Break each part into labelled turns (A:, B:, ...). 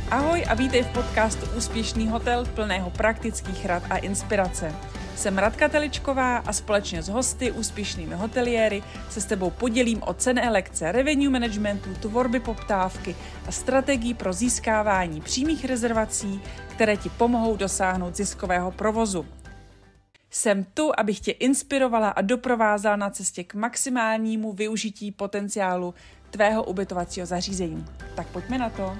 A: Ahoj a vítej v podcastu Úspěšný hotel plného praktických rad a inspirace. Jsem Radka Teličková a společně s hosty, úspěšnými hoteliéry, se s tebou podělím o cenné lekce revenue managementu, tvorby poptávky a strategií pro získávání přímých rezervací, které ti pomohou dosáhnout ziskového provozu. Jsem tu, abych tě inspirovala a doprovázela na cestě k maximálnímu využití potenciálu tvého ubytovacího zařízení. Tak pojďme na to.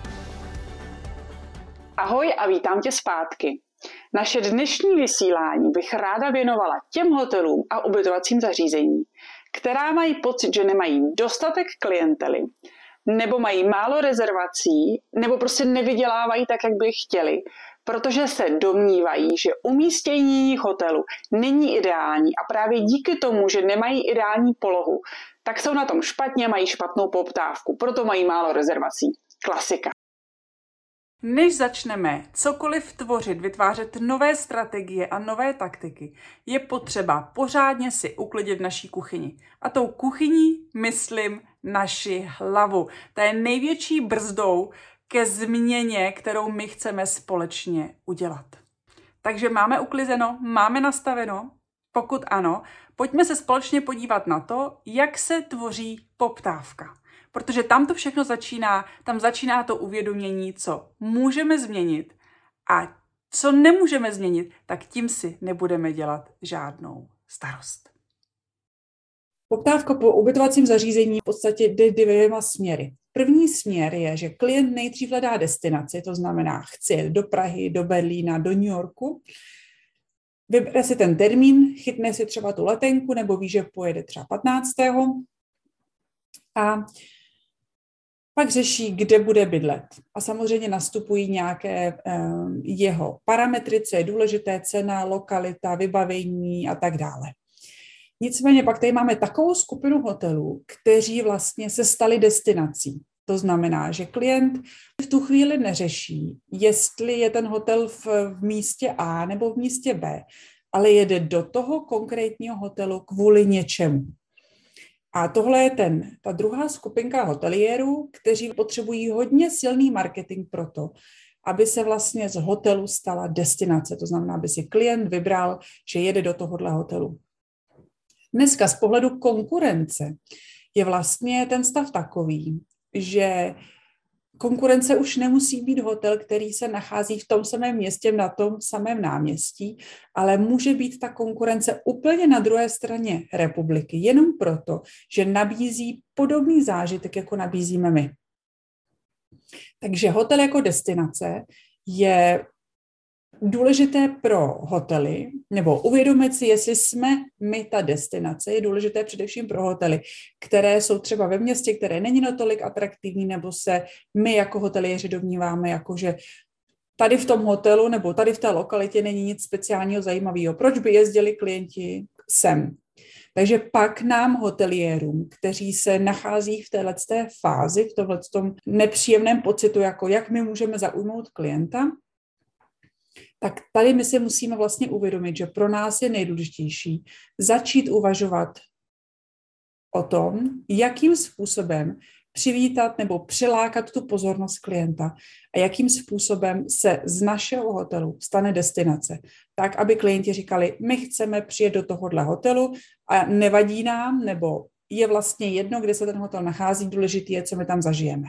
B: Ahoj a vítám tě zpátky. Naše dnešní vysílání bych ráda věnovala těm hotelům a ubytovacím zařízením, která mají pocit, že nemají dostatek klientely, nebo mají málo rezervací, nebo prostě nevydělávají tak, jak by chtěli, protože se domnívají, že umístění hotelu není ideální a právě díky tomu, že nemají ideální polohu, tak jsou na tom špatně, mají špatnou poptávku, proto mají málo rezervací. Klasika.
A: Než začneme cokoliv tvořit, vytvářet nové strategie a nové taktiky, je potřeba pořádně si uklidit naší kuchyni. A tou kuchyní myslím naši hlavu. Ta je největší brzdou ke změně, kterou my chceme společně udělat. Takže máme uklizeno, máme nastaveno? Pokud ano, pojďme se společně podívat na to, jak se tvoří poptávka. Protože tam to všechno začíná, tam začíná to uvědomění, co můžeme změnit a co nemůžeme změnit, tak tím si nebudeme dělat žádnou starost.
C: Poptávka po ubytovacím zařízení v podstatě jde dvěma směry. První směr je, že klient nejdřív hledá destinaci, to znamená, chci jet do Prahy, do Berlína, do New Yorku, vybere si ten termín, chytne si třeba tu letenku nebo ví, že pojede třeba 15. A pak řeší, kde bude bydlet. A samozřejmě nastupují nějaké jeho parametry, co je důležité, cena, lokalita, vybavení a tak dále. Nicméně pak tady máme takovou skupinu hotelů, kteří vlastně se stali destinací. To znamená, že klient v tu chvíli neřeší, jestli je ten hotel v místě A nebo v místě B, ale jede do toho konkrétního hotelu kvůli něčemu. A tohle je ta druhá skupinka hoteliérů, kteří potřebují hodně silný marketing pro to, aby se vlastně z hotelu stala destinace. To znamená, aby si klient vybral, že jede do tohohle hotelu. Dneska z pohledu konkurence je vlastně ten stav takový, že konkurence už nemusí být hotel, který se nachází v tom samém městě, na tom samém náměstí, ale může být ta konkurence úplně na druhé straně republiky, jenom proto, že nabízí podobný zážitek, jako nabízíme my. Takže hotel jako destinace je důležité pro hotely, nebo uvědomit si, jestli jsme my ta destinace, je důležité především pro hotely, které jsou třeba ve městě, které není natolik atraktivní, nebo se my jako hoteliéři domníváme, jako že tady v tom hotelu nebo tady v té lokalitě není nic speciálního zajímavého. Proč by jezdili klienti sem? Takže pak nám hoteliérům, kteří se nachází v téhleté fázi, v tomhletom nepříjemném pocitu, jako jak my můžeme zaujmout klienta, tak tady my si musíme vlastně uvědomit, že pro nás je nejdůležitější začít uvažovat o tom, jakým způsobem přivítat nebo přilákat tu pozornost klienta a jakým způsobem se z našeho hotelu stane destinace. Tak, aby klienti říkali, my chceme přijet do tohohle hotelu a nevadí nám, nebo je vlastně jedno, kde se ten hotel nachází, důležitý je, co my tam zažijeme.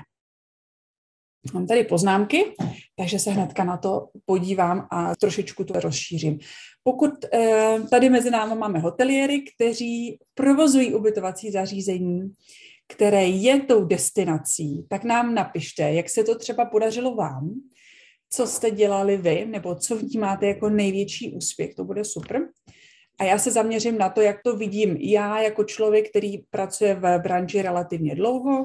C: Mám tady poznámky, takže se hnedka na to podívám a trošičku to rozšířím. Pokud tady mezi námi máme hoteliéry, kteří provozují ubytovací zařízení, které je tou destinací, tak nám napište, jak se to třeba podařilo vám, co jste dělali vy, nebo co vnímáte jako největší úspěch, to bude super. A já se zaměřím na to, jak to vidím já jako člověk, který pracuje v branži relativně dlouho,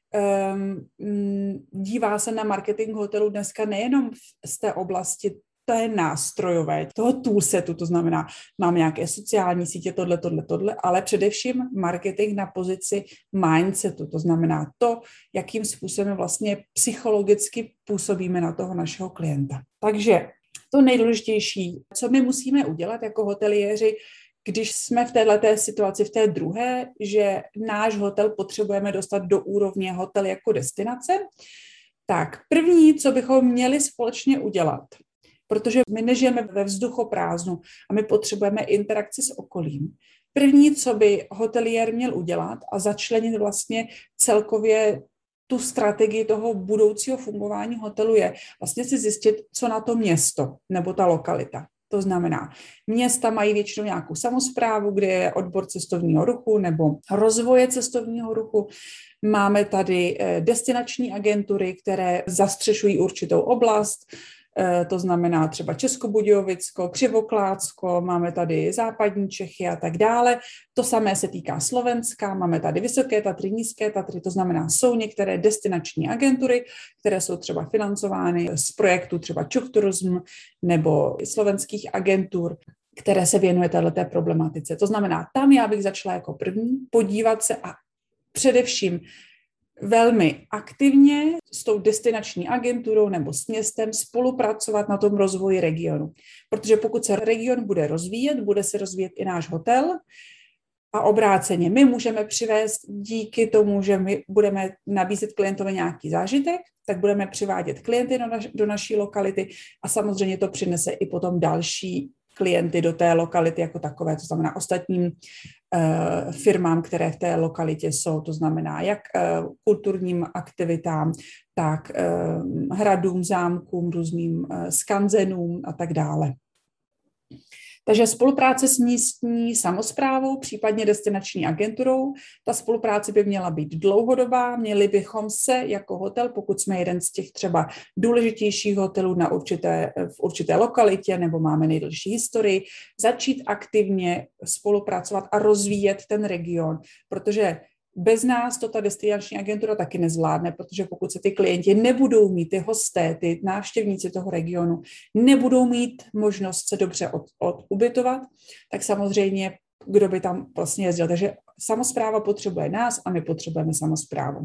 C: dívá se na marketing hotelu dneska nejenom z té oblasti té nástrojové, toho toolsetu, to znamená, mám nějaké sociální sítě, tohle, ale především marketing na pozici mindsetu, to znamená to, jakým způsobem vlastně psychologicky působíme na toho našeho klienta. Takže to nejdůležitější, co my musíme udělat jako hoteliéři, když jsme v této situaci, v té druhé, že náš hotel potřebujeme dostat do úrovně hotel jako destinace, Tak první, co bychom měli společně udělat, protože my nežijeme ve vzduchoprázdnu a my potřebujeme interakci s okolím. První, co by hoteliér měl udělat a začlenit vlastně celkově tu strategii toho budoucího fungování hotelu je vlastně si zjistit, co na to město nebo ta lokalita. To znamená, města mají většinou nějakou samosprávu, kde je odbor cestovního ruchu nebo rozvoje cestovního ruchu. Máme tady destinační agentury, které zastřešují určitou oblast, to znamená třeba Českobudějovicko, Křivoklátsko, máme tady západní Čechy a tak dále. To samé se týká Slovenska, máme tady Vysoké Tatry, Nízké Tatry, to znamená, jsou některé destinační agentury, které jsou třeba financovány z projektu třeba Czech Tourism nebo slovenských agentur, které se věnuje této problematice. To znamená, tam já bych začala jako první podívat se a především velmi aktivně s tou destinační agenturou nebo s městem spolupracovat na tom rozvoji regionu. Protože pokud se region bude rozvíjet, bude se rozvíjet i náš hotel a obráceně. My můžeme přivést díky tomu, že my budeme nabízet klientovi nějaký zážitek, tak budeme přivádět klienty do naší lokality a samozřejmě to přinese i potom další klienty do té lokality jako takové, to znamená ostatním firmám, které v té lokalitě jsou, to znamená jak kulturním aktivitám, tak hradům, zámkům, různým skanzenům a tak dále. Takže spolupráce s místní samosprávou, případně destinační agenturou, ta spolupráce by měla být dlouhodobá, měli bychom se jako hotel, pokud jsme jeden z těch třeba důležitějších hotelů v určité lokalitě nebo máme nejdelší historii, začít aktivně spolupracovat a rozvíjet ten region, protože bez nás to ta destinační agentura taky nezvládne, protože pokud se ty klienti nebudou mít, ty hosté, ty návštěvníci toho regionu, nebudou mít možnost se dobře odubytovat, tak samozřejmě kdo by tam vlastně jezdil. Takže samospráva potřebuje nás a my potřebujeme samosprávu.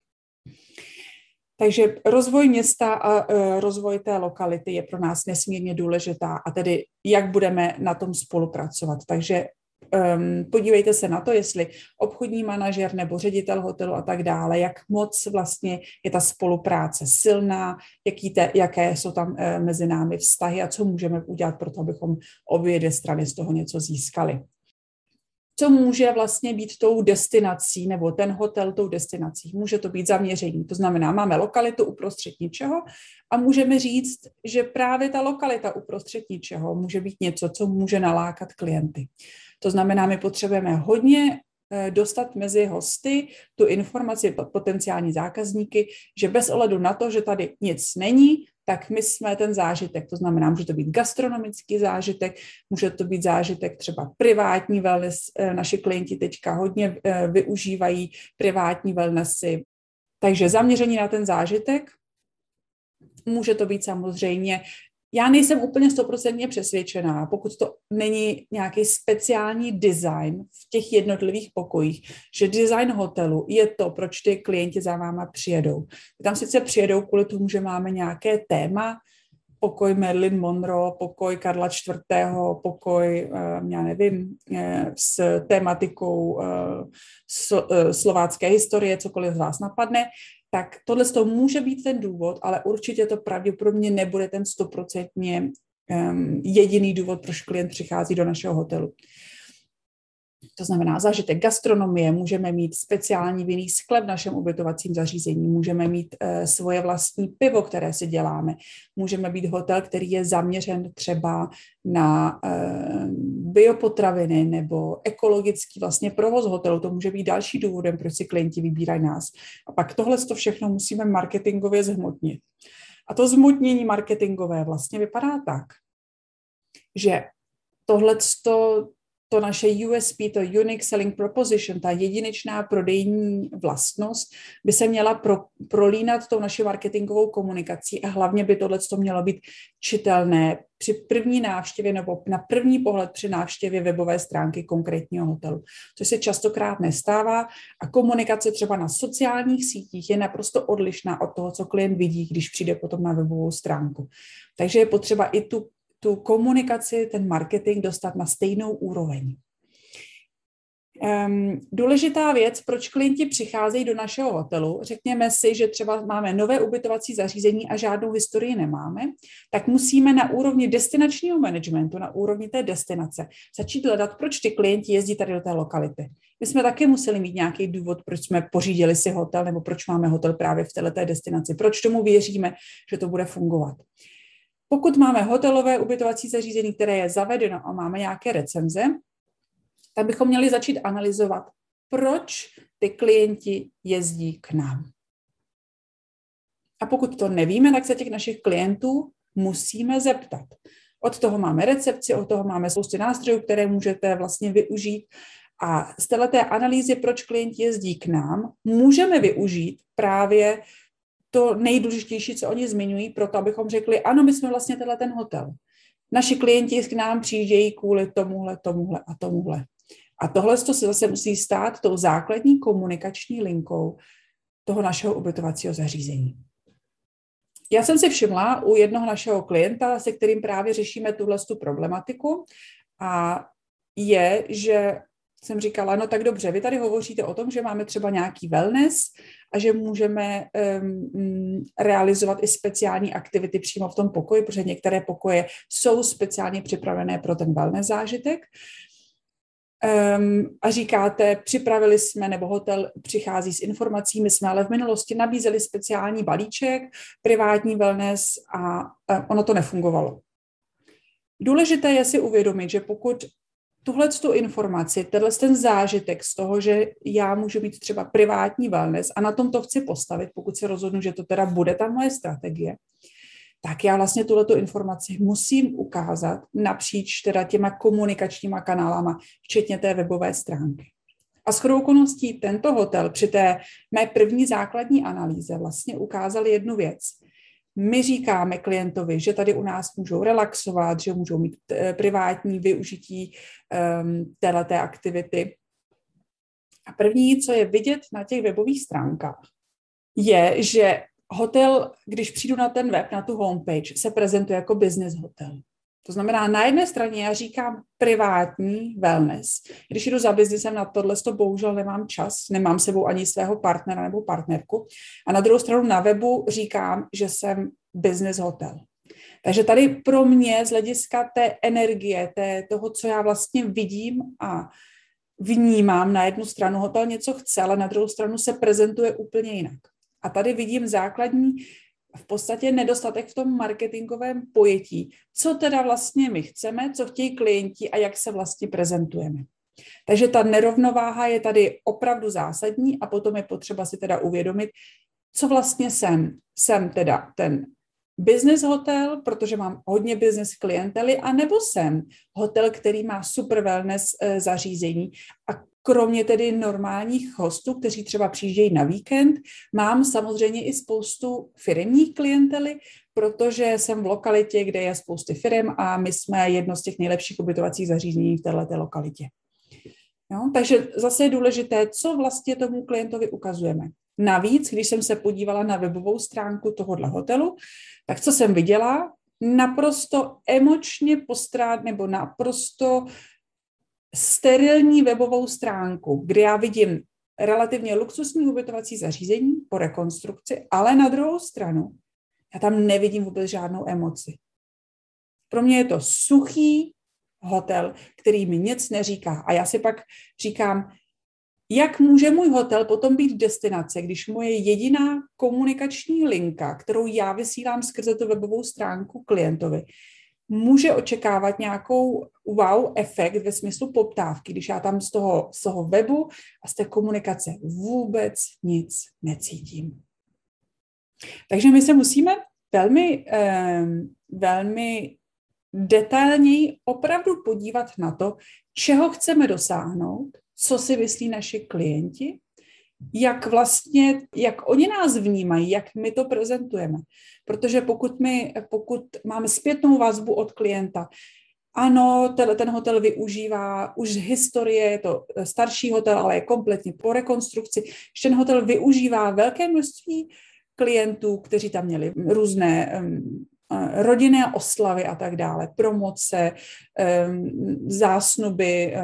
C: Takže rozvoj města a rozvoj té lokality je pro nás nesmírně důležitá a tedy jak budeme na tom spolupracovat. Takže podívejte se na to, jestli obchodní manažer nebo ředitel hotelu a tak dále, jak moc vlastně je ta spolupráce silná, jaké jsou tam mezi námi vztahy a co můžeme udělat pro to, abychom obě dvě strany z toho něco získali. Co může vlastně být tou destinací nebo ten hotel tou destinací? Může to být zaměření, to znamená, máme lokalitu uprostřed ničeho a můžeme říct, že právě ta lokalita uprostřed ničeho může být něco, co může nalákat klienty. To znamená, my potřebujeme hodně dostat mezi hosty tu informaci, potenciální zákazníky, že bez ohledu na to, že tady nic není, tak my jsme ten zážitek, to znamená, může to být gastronomický zážitek, může to být zážitek třeba privátní wellness, naši klienti teďka hodně využívají privátní wellnessy, takže zaměření na ten zážitek, může to být samozřejmě. Já nejsem úplně 100% přesvědčená, pokud to není nějaký speciální design v těch jednotlivých pokojích, že design hotelu je to, proč ty klienti za váma přijedou. Tam sice přijedou kvůli tomu, že máme nějaké téma, pokoj Marilyn Monroe, pokoj Karla IV., pokoj, já nevím, s tématikou slovácké historie, cokoliv z vás napadne, tak tohle to může být ten důvod, ale určitě to pravděpodobně nebude ten 100% jediný důvod, proč klient přichází do našeho hotelu. To znamená zážitek gastronomie, můžeme mít speciální vinný sklep v našem ubytovacím zařízení, můžeme mít svoje vlastní pivo, které si děláme, můžeme být hotel, který je zaměřen třeba na biopotraviny nebo ekologický vlastně provoz hotelu, to může být další důvodem, proč si klienti vybírají nás. A pak tohle všechno musíme marketingově zhmotnit. A to zhmotnění marketingové vlastně vypadá tak, že to naše USP, to Unique Selling Proposition, ta jedinečná prodejní vlastnost, by se měla prolínat tou naší marketingovou komunikací a hlavně by tohleto mělo být čitelné při první návštěvě nebo na první pohled při návštěvě webové stránky konkrétního hotelu, což se častokrát nestává a komunikace třeba na sociálních sítích je naprosto odlišná od toho, co klient vidí, když přijde potom na webovou stránku. Takže je potřeba i tu komunikaci, ten marketing dostat na stejnou úroveň. Důležitá věc, proč klienti přicházejí do našeho hotelu, řekněme si, že třeba máme nové ubytovací zařízení a žádnou historii nemáme, tak musíme na úrovni destinačního managementu, na úrovni té destinace, začít hledat, proč ty klienti jezdí tady do té lokality. My jsme taky museli mít nějaký důvod, proč jsme pořídili si hotel, nebo proč máme hotel právě v této destinaci, proč tomu věříme, že to bude fungovat. Pokud máme hotelové ubytovací zařízení, které je zavedeno a máme nějaké recenze, tak bychom měli začít analyzovat, proč ty klienti jezdí k nám. A pokud to nevíme, tak se těch našich klientů musíme zeptat. Od toho máme recepci, od toho máme spoustu nástrojů, které můžete vlastně využít. A z této analýzy, proč klienti jezdí k nám, můžeme využít právě to nejdůležitější, co oni zmiňují, proto abychom řekli, ano, my jsme vlastně ten hotel. Naši klienti k nám přijíždějí kvůli tomuhle a tomuhle. A tohle se zase musí stát tou základní komunikační linkou toho našeho ubytovacího zařízení. Já jsem si všimla u jednoho našeho klienta, se kterým právě řešíme tu problematiku, a je, že jsem říkala, no tak dobře, vy tady hovoříte o tom, že máme třeba nějaký wellness a že můžeme realizovat i speciální aktivity přímo v tom pokoji, protože některé pokoje jsou speciálně připravené pro ten wellness zážitek. A říkáte, připravili jsme, nebo hotel přichází s informací, my jsme ale v minulosti nabízeli speciální balíček, privátní wellness a ono to nefungovalo. Důležité je si uvědomit, že pokud tuhletu informaci, ten zážitek z toho, že já můžu mít třeba privátní wellness a na tom to chci postavit, pokud se rozhodnu, že to teda bude ta moje strategie, tak já vlastně tuhletu informaci musím ukázat napříč teda těma komunikačníma kanálama, včetně té webové stránky. A shodou okolností tento hotel při té mé první základní analýze vlastně ukázal jednu věc. My říkáme klientovi, že tady u nás můžou relaxovat, že můžou mít privátní využití téhleté aktivity. A první, co je vidět na těch webových stránkách, je, že hotel, když přijdu na ten web, na tu homepage, se prezentuje jako business hotel. To znamená, na jedné straně já říkám privátní wellness. Když jdu za biznesem na tohle, to bohužel nemám čas, nemám sebou ani svého partnera nebo partnerku. A na druhou stranu na webu říkám, že jsem business hotel. Takže tady pro mě z hlediska té energie, toho, co já vlastně vidím a vnímám, na jednu stranu hotel něco chce, ale na druhou stranu se prezentuje úplně jinak. A tady vidím základní v podstatě nedostatek v tom marketingovém pojetí, co teda vlastně my chceme, co chtějí klienti a jak se vlastně prezentujeme. Takže ta nerovnováha je tady opravdu zásadní a potom je potřeba si teda uvědomit, co vlastně jsem. Jsem teda ten business hotel, protože mám hodně business klientely, anebo jsem hotel, který má super wellness zařízení a kromě tedy normálních hostů, kteří třeba přijíždějí na víkend, mám samozřejmě i spoustu firemních klientely, protože jsem v lokalitě, kde je spousty firem a my jsme jedno z těch nejlepších ubytovacích zařízení v této lokalitě. Jo? Takže zase je důležité, co vlastně tomu klientovi ukazujeme. Navíc, když jsem se podívala na webovou stránku tohohle hotelu, tak co jsem viděla? Naprosto emočně nebo naprosto sterilní webovou stránku, kde já vidím relativně luxusní ubytovací zařízení po rekonstrukci, ale na druhou stranu já tam nevidím vůbec žádnou emoci. Pro mě je to suchý hotel, který mi nic neříká. A já si pak říkám, jak může můj hotel potom být destinace, když moje jediná komunikační linka, kterou já vysílám skrze tu webovou stránku klientovi, může očekávat nějakou wow efekt ve smyslu poptávky, když já tam z toho webu a z té komunikace vůbec nic necítím. Takže my se musíme velmi detailněji opravdu podívat na to, čeho chceme dosáhnout, co si myslí naši klienti, jak oni nás vnímají, jak my to prezentujeme. Protože pokud máme zpětnou vazbu od klienta, ano, ten hotel využívá už z historie, je to starší hotel, ale je kompletně po rekonstrukci, že ten hotel využívá velké množství klientů, kteří tam měli různé rodinné oslavy a tak dále, promoce, zásnuby,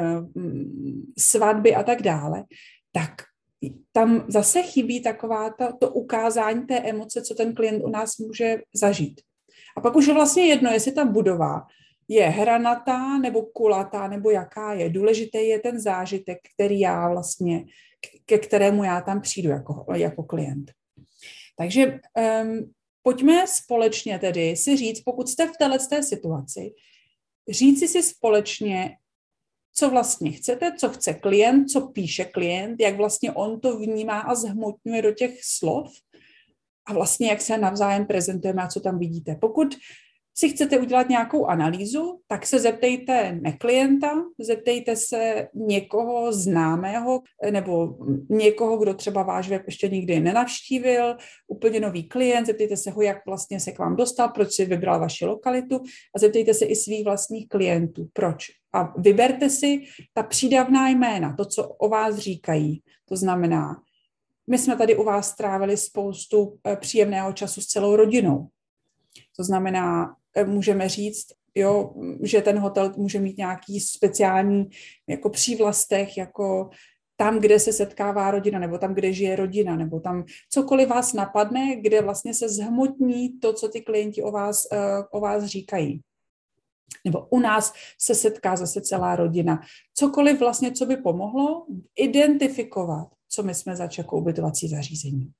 C: svatby a tak dále, tak tam zase chybí taková to ukázání té emoce, co ten klient u nás může zažít. A pak už je vlastně jedno, jestli ta budova je hranatá nebo kulatá, nebo jaká je. Důležitý je ten zážitek, který já vlastně, ke kterému já tam přijdu jako klient. Takže pojďme společně tedy si říct, pokud jste v této situaci, říci si společně, co vlastně chcete, co chce klient, co píše klient, jak vlastně on to vnímá a zhmotňuje do těch slov a vlastně jak se navzájem prezentujeme a co tam vidíte. Pokud si chcete udělat nějakou analýzu, tak se zeptejte neklienta, zeptejte se někoho známého nebo někoho, kdo třeba váš web ještě nikdy nenavštívil, úplně nový klient, zeptejte se ho, jak vlastně se k vám dostal, proč si vybral vaši lokalitu a zeptejte se i svých vlastních klientů, proč. A vyberte si ta přídavná jména, to, co o vás říkají. To znamená, my jsme tady u vás strávili spoustu příjemného času s celou rodinou. To znamená, můžeme říct, jo, že ten hotel může mít nějaký speciální jako přívlastek, jako tam, kde se setkává rodina, nebo tam, kde žije rodina, nebo tam cokoliv vás napadne, kde vlastně se zhmotní to, co ty klienti o vás říkají. Nebo u nás se setká zase celá rodina. Cokoliv vlastně, co by pomohlo identifikovat, co my jsme zač jako ubytovací zařízení.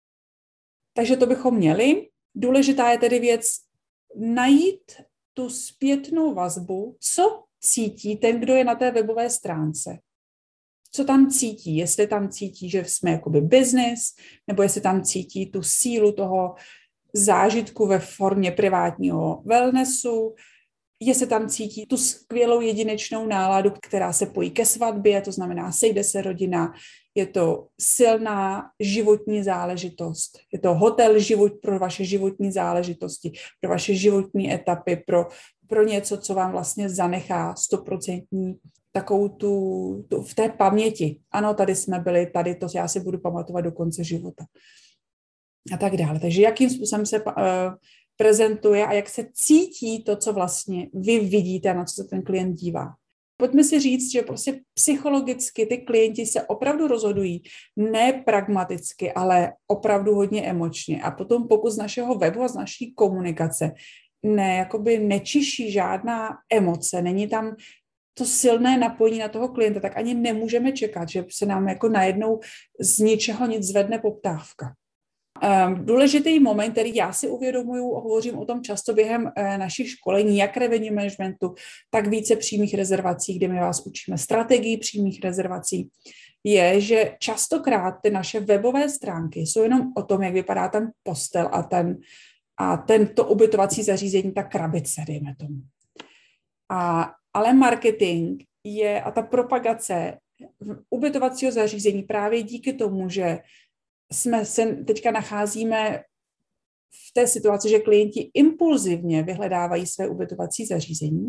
C: Takže to bychom měli. Důležitá je tedy věc najít tu zpětnou vazbu, co cítí ten, kdo je na té webové stránce. Co tam cítí, jestli tam cítí, že jsme jakoby business, nebo jestli tam cítí tu sílu toho zážitku ve formě privátního wellnessu, jestli tam cítí tu skvělou jedinečnou náladu, která se pojí ke svatbě, to znamená sejde se rodina, je to silná životní záležitost, je to hotel pro vaše životní záležitosti, pro vaše životní etapy, pro něco, co vám vlastně zanechá 100% takovou tu v té paměti. Ano, tady jsme byli, tady to já si budu pamatovat do konce života. A tak dále. Takže jakým způsobem se prezentuje a jak se cítí to, co vlastně vy vidíte a na co se ten klient dívá. Pojďme si říct, že prostě psychologicky ty klienti se opravdu rozhodují ne pragmaticky, ale opravdu hodně emočně. A potom pokud z našeho webu a z naší komunikace jakoby nečiší žádná emoce, není tam to silné napojení na toho klienta, tak ani nemůžeme čekat, že se nám jako najednou z ničeho nic zvedne poptávka. Důležitý moment, který já si uvědomuju, hovořím o tom často během našich školení, jak revenue managementu, tak více přímých rezervací, kde my vás učíme strategii přímých rezervací, je, že častokrát ty naše webové stránky jsou jenom o tom, jak vypadá ten postel a tento ubytovací zařízení, ta krabice, dejme tomu. Ale marketing a ta propagace ubytovacího zařízení právě díky tomu, že jsme se teďka nacházíme v té situaci, že klienti impulzivně vyhledávají své ubytovací zařízení,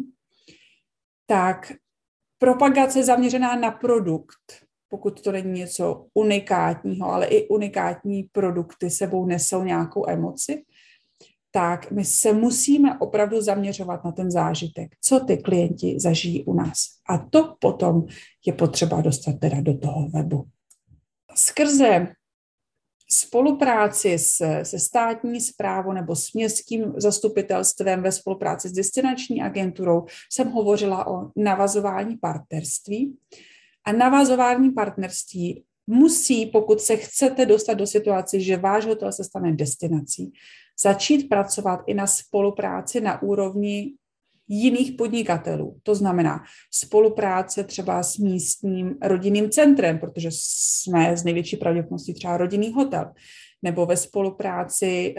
C: tak propagace zaměřená na produkt, pokud to není něco unikátního, ale i unikátní produkty sebou nesou nějakou emoci, tak my se musíme opravdu zaměřovat na ten zážitek, co ty klienti zažijí u nás. A to potom je potřeba dostat teda do toho webu. Skrze spolupráci se státní správou nebo s městským zastupitelstvem ve spolupráci s destinační agenturou jsem hovořila o navazování partnerství. A navazování partnerství musí, pokud se chcete dostat do situace, že váš hotel se stane destinací, začít pracovat i na spolupráci na úrovni jiných podnikatelů. To znamená spolupráce třeba s místním rodinným centrem, protože jsme z největší pravděpodobností třeba rodinný hotel, nebo ve spolupráci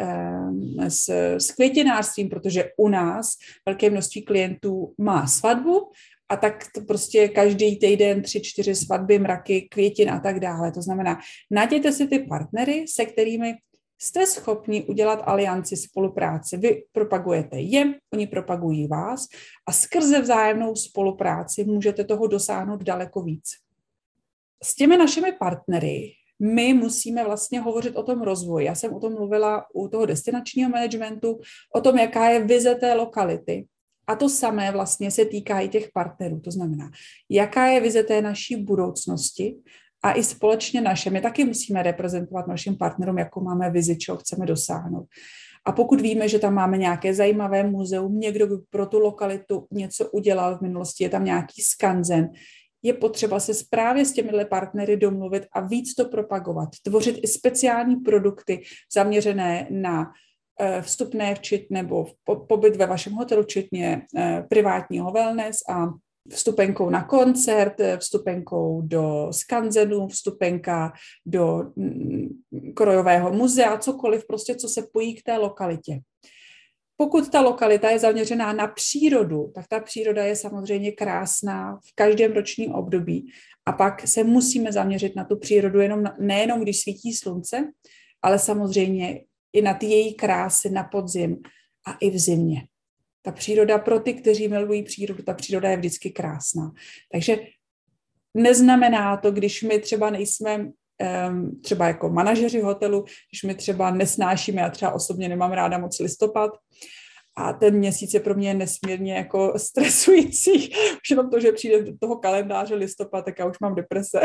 C: s květinářstvím, protože u nás velké množství klientů má svatbu a tak to prostě každý týden 3-4 svatby, mraky, květin a tak dále. To znamená, najděte si ty partnery, se kterými jste schopni udělat alianci, spolupráci. Vy propagujete je, oni propagují vás a skrze vzájemnou spolupráci můžete toho dosáhnout daleko víc. S těmi našimi partnery My musíme vlastně hovořit o tom rozvoji. Já jsem o tom mluvila u toho destinačního managementu, o tom, jaká je vize té lokality. A to samé vlastně se týká i těch partnerů. To znamená, jaká je vize té naší budoucnosti a i společně naše. My taky musíme reprezentovat našim partnerům, jakou máme vizi, čeho chceme dosáhnout. A pokud víme, že tam máme nějaké zajímavé muzeum, někdo by pro tu lokalitu něco udělal v minulosti, je tam nějaký skanzen, je potřeba se právě s těmihle partnery domluvit a víc to propagovat. Tvořit i speciální produkty zaměřené na vstupné nebo pobyt ve vašem hotelu, včetně privátního wellness a vstupenkou na koncert, vstupenkou do skanzenu, vstupenka do krojového muzea, cokoliv prostě, co se pojí k té lokalitě. Pokud ta lokalita je zaměřená na přírodu, tak ta příroda je samozřejmě krásná v každém ročním období. A pak se musíme zaměřit na tu přírodu nejenom, když svítí slunce, ale samozřejmě i na ty její krásy na podzim a i v zimě. Ta příroda pro ty, kteří milují přírodu, ta příroda je vždycky krásná. Takže neznamená to, když my třeba nejsme třeba jako manažeři hotelu, když my třeba nesnášíme, já třeba osobně nemám ráda moc listopad a ten měsíc je pro mě nesmírně jako stresující. Už jenom to, že přijde do toho kalendáře listopad, tak já už mám deprese.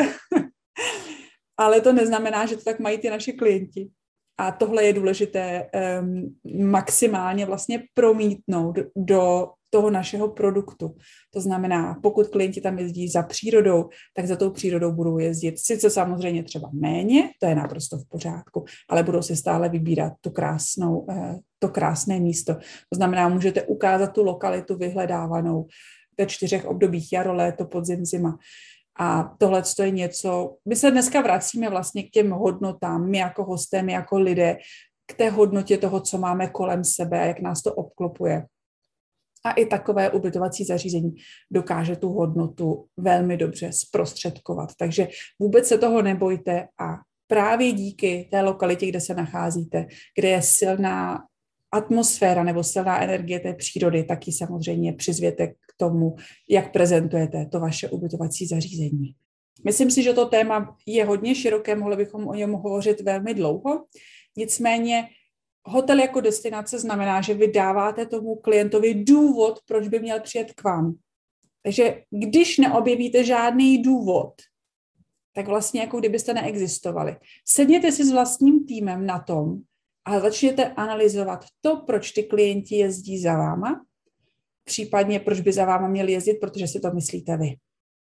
C: Ale to neznamená, že to tak mají ty naši klienti. A tohle je důležité maximálně vlastně promítnout do toho našeho produktu. To znamená, pokud klienti tam jezdí za přírodou, tak za tou přírodou budou jezdit sice samozřejmě třeba méně, to je naprosto v pořádku, ale budou si stále vybírat to krásné místo. To znamená, můžete ukázat tu lokalitu vyhledávanou ve 4 obdobích jaro, léto, podzim, zima. A tohle je něco, my se dneska vracíme vlastně k těm hodnotám, my jako hosté, my jako lidé, k té hodnotě toho, co máme kolem sebe, jak nás to obklopuje. A i takové ubytovací zařízení dokáže tu hodnotu velmi dobře zprostředkovat. Takže vůbec se toho nebojte a právě díky té lokalitě, kde se nacházíte, kde je silná atmosféra nebo silná energie té přírody, taky samozřejmě přizvěte k tomu, jak prezentujete to vaše ubytovací zařízení. Myslím si, že to téma je hodně široké, mohli bychom o něm hovořit velmi dlouho. Nicméně hotel jako destinace znamená, že vy dáváte tomu klientovi důvod, proč by měl přijet k vám. Takže když neobjevíte žádný důvod, tak vlastně jako kdybyste neexistovali. Sedněte si s vlastním týmem na tom a začněte analyzovat to, proč ty klienti jezdí za váma, případně proč by za váma měli jezdit, protože si to myslíte vy.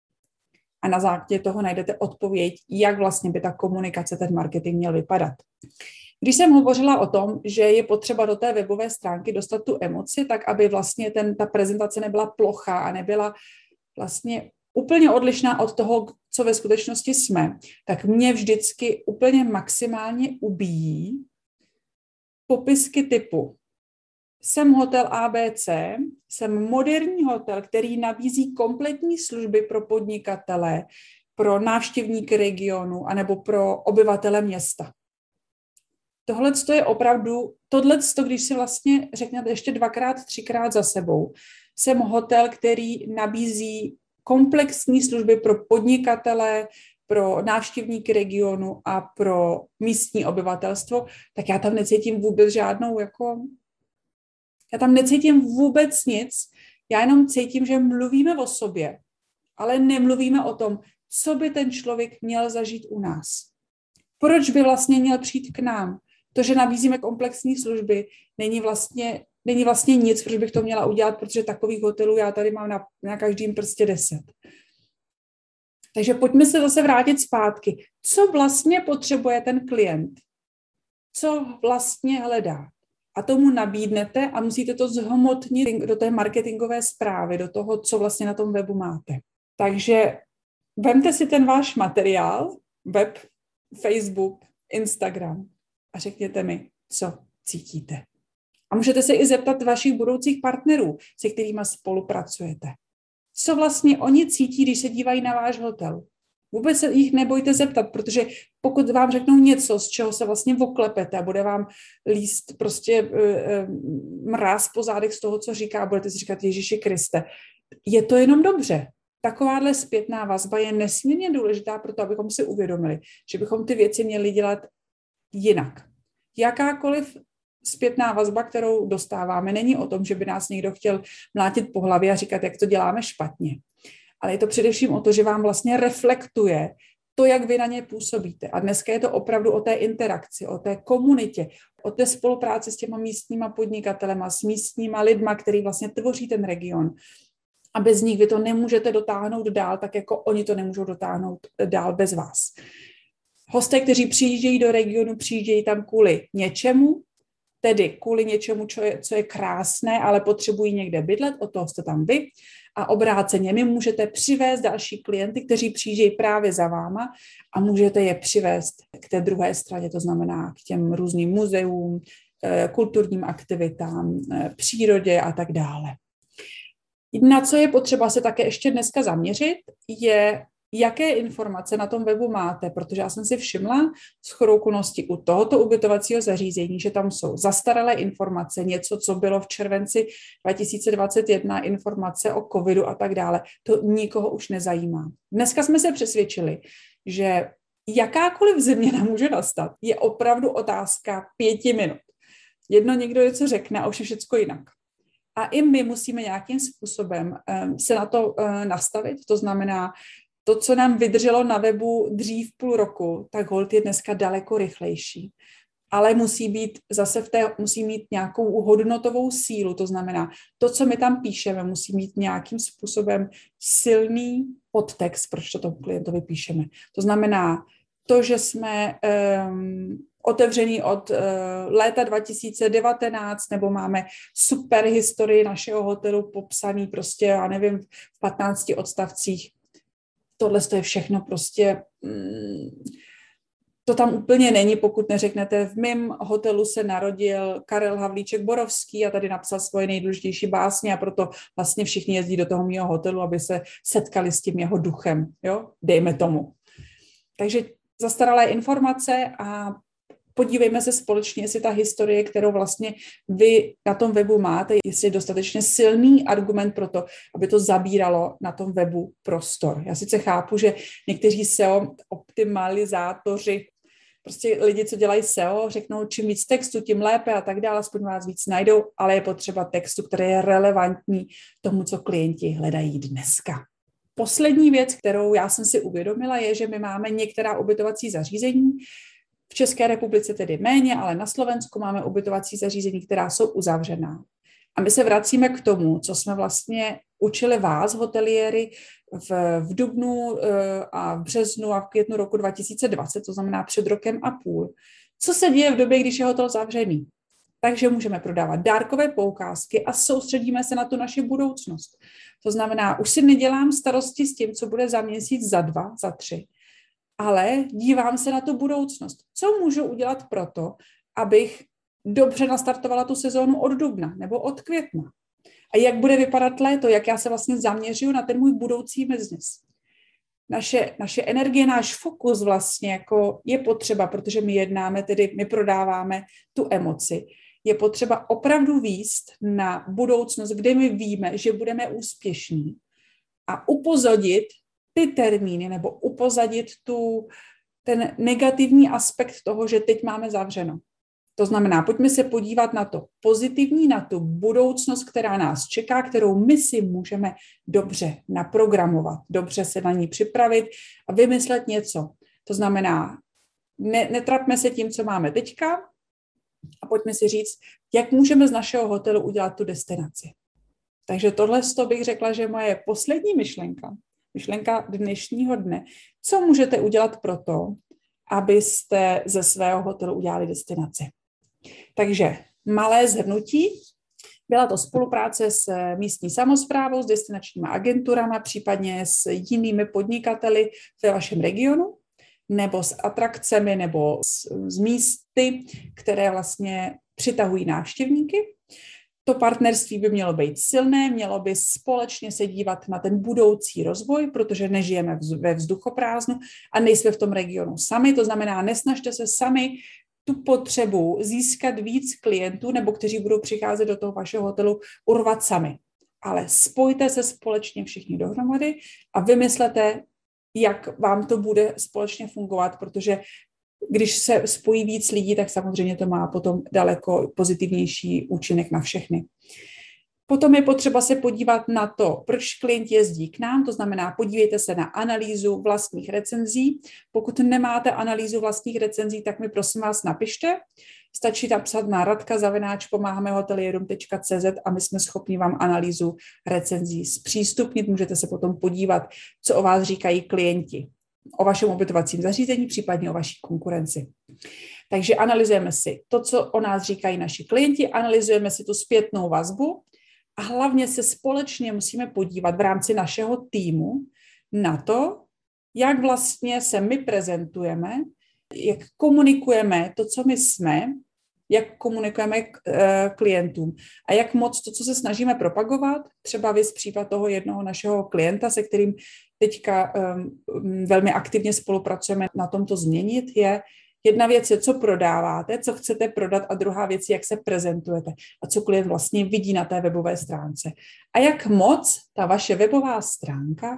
C: A na základě toho najdete odpověď, jak vlastně by ta komunikace, ten marketing měl vypadat. Když jsem hovořila o tom, že je potřeba do té webové stránky dostat tu emoci, tak aby vlastně ta prezentace nebyla plochá a nebyla vlastně úplně odlišná od toho, co ve skutečnosti jsme, tak mě vždycky úplně maximálně ubíjí popisky typu jsem hotel ABC, jsem moderní hotel, který nabízí kompletní služby pro podnikatele, pro návštěvníky regionu anebo pro obyvatele města. Tohle je opravdu, když si vlastně řeknete ještě 2x, 3x za sebou, jsem hotel, který nabízí komplexní služby pro podnikatele, pro návštěvníky regionu a pro místní obyvatelstvo, tak já tam necítím vůbec já tam necítím vůbec nic, já jenom cítím, že mluvíme o sobě, ale nemluvíme o tom, co by ten člověk měl zažít u nás. Proč by vlastně měl přijít k nám? To, že nabízíme komplexní služby, není vlastně nic, proč bych to měla udělat, protože takových hotelů já tady mám na každém prstě 10. Takže pojďme se zase vrátit zpátky. Co vlastně potřebuje ten klient? Co vlastně hledá? A tomu nabídnete a musíte to zhmotnit do té marketingové zprávy, do toho, co vlastně na tom webu máte. Takže vemte si ten váš materiál, web, Facebook, Instagram a řekněte mi, co cítíte. A můžete se i zeptat vašich budoucích partnerů, se kterými spolupracujete. Co vlastně oni cítí, když se dívají na váš hotel. Vůbec se jich nebojte zeptat, protože pokud vám řeknou něco, z čeho se vlastně oklepete a bude vám líst prostě mráz po zádech z toho, co říká, budete si říkat Ježíši Kriste, je to jenom dobře. takováhle zpětná vazba je nesmírně důležitá pro to, abychom si uvědomili, že bychom ty věci měli dělat jinak. Jakákoliv zpětná vazba, kterou dostáváme, není o tom, že by nás někdo chtěl mlátit po hlavě a říkat, jak to děláme špatně. Ale je to především o to, že vám vlastně reflektuje to, jak vy na ně působíte. A dneska je to opravdu o té interakci, o té komunitě, o té spolupráci s těma místníma podnikatelema, s místníma lidma, který vlastně tvoří ten region. A bez nich vy to nemůžete dotáhnout dál, tak jako oni to nemůžou dotáhnout dál bez vás. Hosté, kteří přijíždějí do regionu, přijíždějí tam kvůli něčemu, tedy kvůli něčemu, co je krásné, ale potřebují někde bydlet, od toho jste tam vy. A obráceně, my můžete přivést další klienty, kteří přijíždějí právě za váma a můžete je přivést k té druhé straně, to znamená k těm různým muzeům, kulturním aktivitám, přírodě a tak dále. Na co je potřeba se také ještě dneska zaměřit, je, jaké informace na tom webu máte, protože já jsem si všimla shodou okolností u tohoto ubytovacího zařízení, že tam jsou zastaralé informace, něco, co bylo v červenci 2021, informace o covidu a tak dále. To nikoho už nezajímá. Dneska jsme se přesvědčili, že jakákoliv změna může nastat, je opravdu otázka 5 minut. Někdo něco řekne a už je všecko jinak. A i my musíme nějakým způsobem se na to nastavit, to znamená, to, co nám vydrželo na webu dřív půl roku, tak holt je dneska daleko rychlejší. Ale musí mít nějakou hodnotovou sílu, to znamená, to, co my tam píšeme, musí mít nějakým způsobem silný podtext, proč to tomu klientovi píšeme. To znamená, to, že jsme otevřený od léta 2019, nebo máme super historii našeho hotelu popsaný prostě, já nevím, v 15 odstavcích. Tohle je všechno prostě, to tam úplně není, pokud neřeknete, v mém hotelu se narodil Karel Havlíček Borovský a tady napsal svoje nejdůležitější básně a proto vlastně všichni jezdí do toho mého hotelu, aby se setkali s tím jeho duchem, jo, dejme tomu. Takže zastaralé informace a podívejme se společně, jestli ta historie, kterou vlastně vy na tom webu máte, jestli je dostatečně silný argument pro to, aby to zabíralo na tom webu prostor. Já sice chápu, že někteří SEO optimalizátoři, prostě lidi, co dělají SEO, řeknou, čím víc textu, tím lépe a tak dále, aspoň vás víc najdou, ale je potřeba textu, který je relevantní tomu, co klienti hledají dneska. Poslední věc, kterou já jsem si uvědomila, je, že my máme některá ubytovací zařízení, v České republice tedy méně, ale na Slovensku máme ubytovací zařízení, která jsou uzavřená. A my se vracíme k tomu, co jsme vlastně učili vás, hoteliéry, v dubnu a v březnu a v květnu roku 2020, to znamená před rokem a půl. Co se děje v době, když je hotel zavřený? Takže můžeme prodávat dárkové poukázky a soustředíme se na tu naši budoucnost. To znamená, už si nedělám starosti s tím, co bude za měsíc, za 2, za 3. Ale dívám se na tu budoucnost. Co můžu udělat proto, abych dobře nastartovala tu sezónu od dubna nebo od května? A jak bude vypadat léto? Jak já se vlastně zaměřuju na ten můj budoucí biznis? Naše energie, náš fokus vlastně jako je potřeba, protože my jednáme, tedy my prodáváme tu emoci. Je potřeba opravdu vést na budoucnost, kde my víme, že budeme úspěšní a upozadit ty termíny nebo upozadit ten negativní aspekt toho, že teď máme zavřeno. To znamená, pojďme se podívat na to pozitivní, na tu budoucnost, která nás čeká, kterou my si můžeme dobře naprogramovat, dobře se na ní připravit a vymyslet něco. To znamená, netrapme se tím, co máme teďka a pojďme si říct, jak můžeme z našeho hotelu udělat tu destinaci. Takže tohle bych řekla, že moje poslední myšlenka dnešního dne. Co můžete udělat pro to, abyste ze svého hotelu udělali destinaci? Takže malé shrnutí. Byla to spolupráce s místní samosprávou, s destinačními agenturami, případně s jinými podnikateli ve vašem regionu, nebo s atrakcemi, nebo s místy, které vlastně přitahují návštěvníky. To partnerství by mělo být silné, mělo by společně se dívat na ten budoucí rozvoj, protože nežijeme ve vzduchoprázdnu a nejsme v tom regionu sami. To znamená, nesnažte se sami tu potřebu získat víc klientů nebo kteří budou přicházet do toho vašeho hotelu urvat sami. ale spojte se společně všichni dohromady a vymyslete, jak vám to bude společně fungovat, protože když se spojí víc lidí, tak samozřejmě to má potom daleko pozitivnější účinek na všechny. Potom je potřeba se podívat na to, proč klient jezdí k nám, to znamená, podívejte se na analýzu vlastních recenzí. Pokud nemáte analýzu vlastních recenzí, tak mi prosím vás napište. Stačí napsat na radka@pomáhamehotelierům.cz a my jsme schopni vám analýzu recenzí zpřístupnit. Můžete se potom podívat, co o vás říkají klienti, o vašem ubytovacím zařízení, případně o vaší konkurenci. Takže analyzujeme si to, co o nás říkají naši klienti, analyzujeme si tu zpětnou vazbu a hlavně se společně musíme podívat v rámci našeho týmu na to, jak vlastně se my prezentujeme, jak komunikujeme to, co my jsme, jak komunikujeme klientům a jak moc to, co se snažíme propagovat, třeba vys případ toho jednoho našeho klienta, se kterým teďka velmi aktivně spolupracujeme na tomto změnit, je jedna věc je, co prodáváte, co chcete prodat a druhá věc je, jak se prezentujete a co klient vlastně vidí na té webové stránce. A jak moc ta vaše webová stránka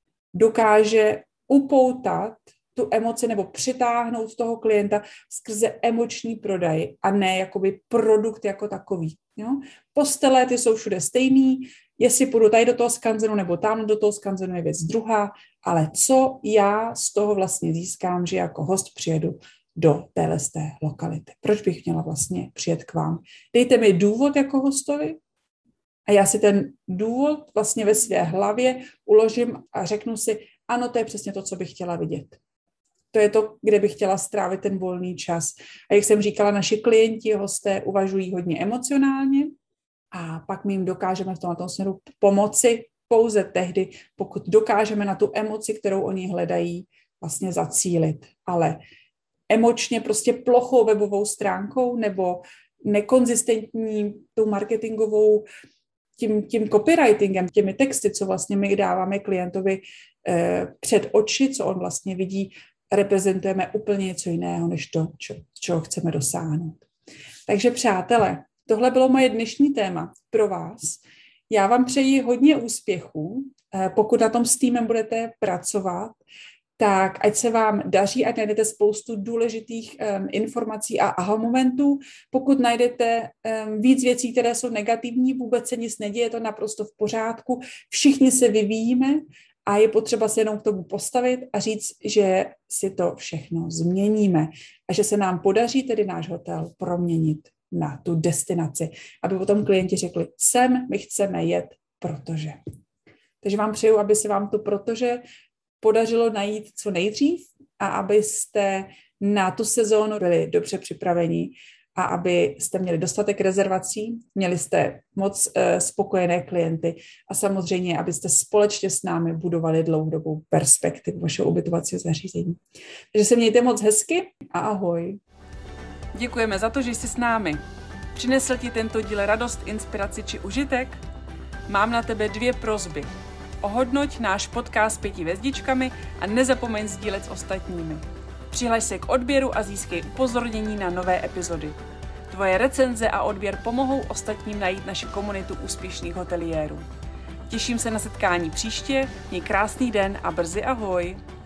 C: dokáže upoutat tu emoci nebo přitáhnout toho klienta skrze emoční prodej a ne jakoby produkt jako takový. Jo? Postele, ty jsou všude stejný, jestli půjdu tady do toho skanzenu nebo tam do toho skanzenu je věc druhá, ale co já z toho vlastně získám, že jako host přijedu do téhle lokality. Proč bych měla vlastně přijet k vám? Dejte mi důvod jako hostovi a já si ten důvod vlastně ve své hlavě uložím a řeknu si, ano, to je přesně to, co bych chtěla vidět. To je to, kde bych chtěla strávit ten volný čas. A jak jsem říkala, naši klienti, hosté uvažují hodně emocionálně a pak my jim dokážeme v tomto směru pomoci pouze tehdy, pokud dokážeme na tu emoci, kterou oni hledají, vlastně zacílit. Ale emočně prostě plochou webovou stránkou nebo nekonzistentní tou marketingovou tím copywritingem, těmi texty, co vlastně my dáváme klientovi před oči, co on vlastně vidí, reprezentujeme úplně něco jiného, než to, čeho chceme dosáhnout. Takže přátelé, tohle bylo moje dnešní téma pro vás. Já vám přeji hodně úspěchů. Pokud na tom s týmem budete pracovat, tak ať se vám daří, ať najdete spoustu důležitých informací a aha momentů. Pokud najdete víc věcí, které jsou negativní, vůbec se nic neděje, je to naprosto v pořádku. Všichni se vyvíjíme a je potřeba se jenom k tomu postavit a říct, že si to všechno změníme a že se nám podaří tedy náš hotel proměnit na tu destinaci, aby potom klienti řekli, sem my chceme jet, protože. Takže vám přeju, aby se vám to protože podařilo najít co nejdřív a abyste na tu sezónu byli dobře připraveni a abyste měli dostatek rezervací, měli jste moc spokojené klienty a samozřejmě, abyste společně s námi budovali dlouhodobou perspektivu vašeho ubytovacího zařízení. Takže se mějte moc hezky a ahoj.
A: Děkujeme za to, že jsi s námi. Přinesl ti tento díl radost, inspiraci či užitek? Mám na tebe 2 prosby. Ohodnoť náš podcast 5 hvězdičkami a nezapomeň sdílet s ostatními. Přihlaš se k odběru a získej upozornění na nové epizody. Tvoje recenze a odběr pomohou ostatním najít naši komunitu úspěšných hoteliérů. Těším se na setkání příště, měj krásný den a brzy ahoj!